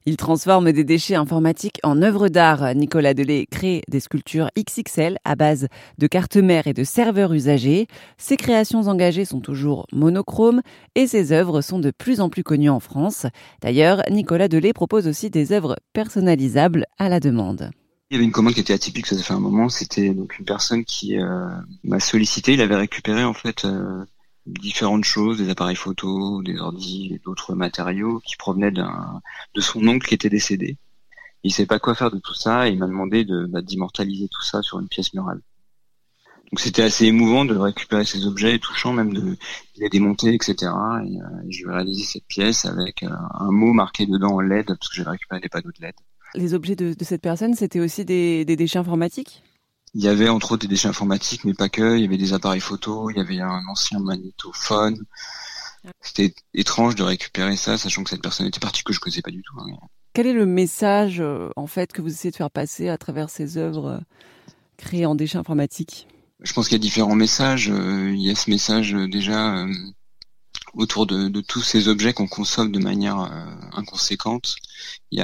Il transforme des déchets informatiques en œuvres d'art. Nicolas Delay crée des sculptures XXL à base de cartes mères et de serveurs usagés. Ses créations engagées sont toujours monochromes et ses œuvres sont de plus en plus connues en France. D'ailleurs, Nicolas Delay propose aussi des œuvres personnalisables à la demande. Il y avait une commande qui était atypique, ça fait un moment. C'était donc une personne qui m'a sollicité. Il avait récupéré en fait différentes choses, des appareils photo, des ordis, et d'autres matériaux qui provenaient de son oncle qui était décédé. Il savait pas quoi faire de tout ça et il m'a demandé d'immortaliser tout ça sur une pièce murale. Donc c'était assez émouvant de récupérer ces objets, touchant même de les démonter, etc. Et je lui ai réalisé cette pièce avec un mot marqué dedans en LED parce que j'avais récupéré des panneaux de LED. Les objets de cette personne, c'était aussi des déchets informatiques ? Il y avait entre autres des déchets informatiques, mais pas que. Il y avait des appareils photo, il y avait un ancien magnétophone. C'était étrange de récupérer ça, sachant que cette personne était partie que je connaissais pas du tout. Quel est le message en fait que vous essayez de faire passer à travers ces œuvres créées en déchets informatiques ? Je pense qu'il y a différents messages. Il y a ce message déjà autour de tous ces objets qu'on consomme de manière inconséquente. Il y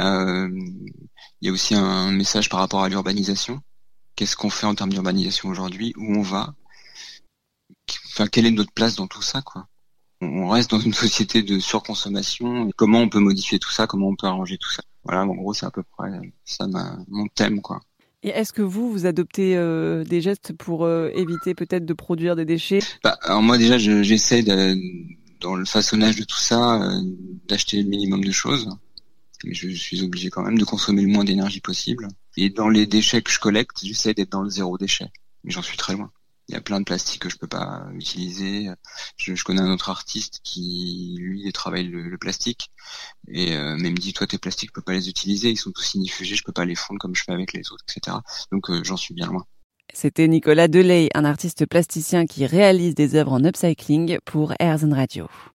a aussi un message par rapport à l'urbanisation. Qu'est-ce qu'on fait en termes d'urbanisation aujourd'hui? Où on va? Enfin, quelle est notre place dans tout ça, quoi? On reste dans une société de surconsommation. Et comment on peut modifier tout ça? Comment on peut arranger tout ça? Voilà, en gros, c'est à peu près ça mon thème, quoi. Et est-ce que vous adoptez des gestes pour éviter peut-être de produire des déchets ? Alors moi déjà, j'essaie dans le façonnage de tout ça, d'acheter le minimum de choses. Mais je suis obligé quand même de consommer le moins d'énergie possible. Et dans les déchets que je collecte, j'essaie d'être dans le zéro déchet. Mais j'en suis très loin. Il y a plein de plastiques que je peux pas utiliser. Je connais un autre artiste qui, lui, travaille le plastique. Et mais il me dit, toi, tes plastiques, je peux pas les utiliser. Ils sont tous ignifugés, je peux pas les fondre comme je fais avec les autres, etc. Donc j'en suis bien loin. C'était Nicolas Delay, un artiste plasticien qui réalise des œuvres en upcycling pour Airzone Radio.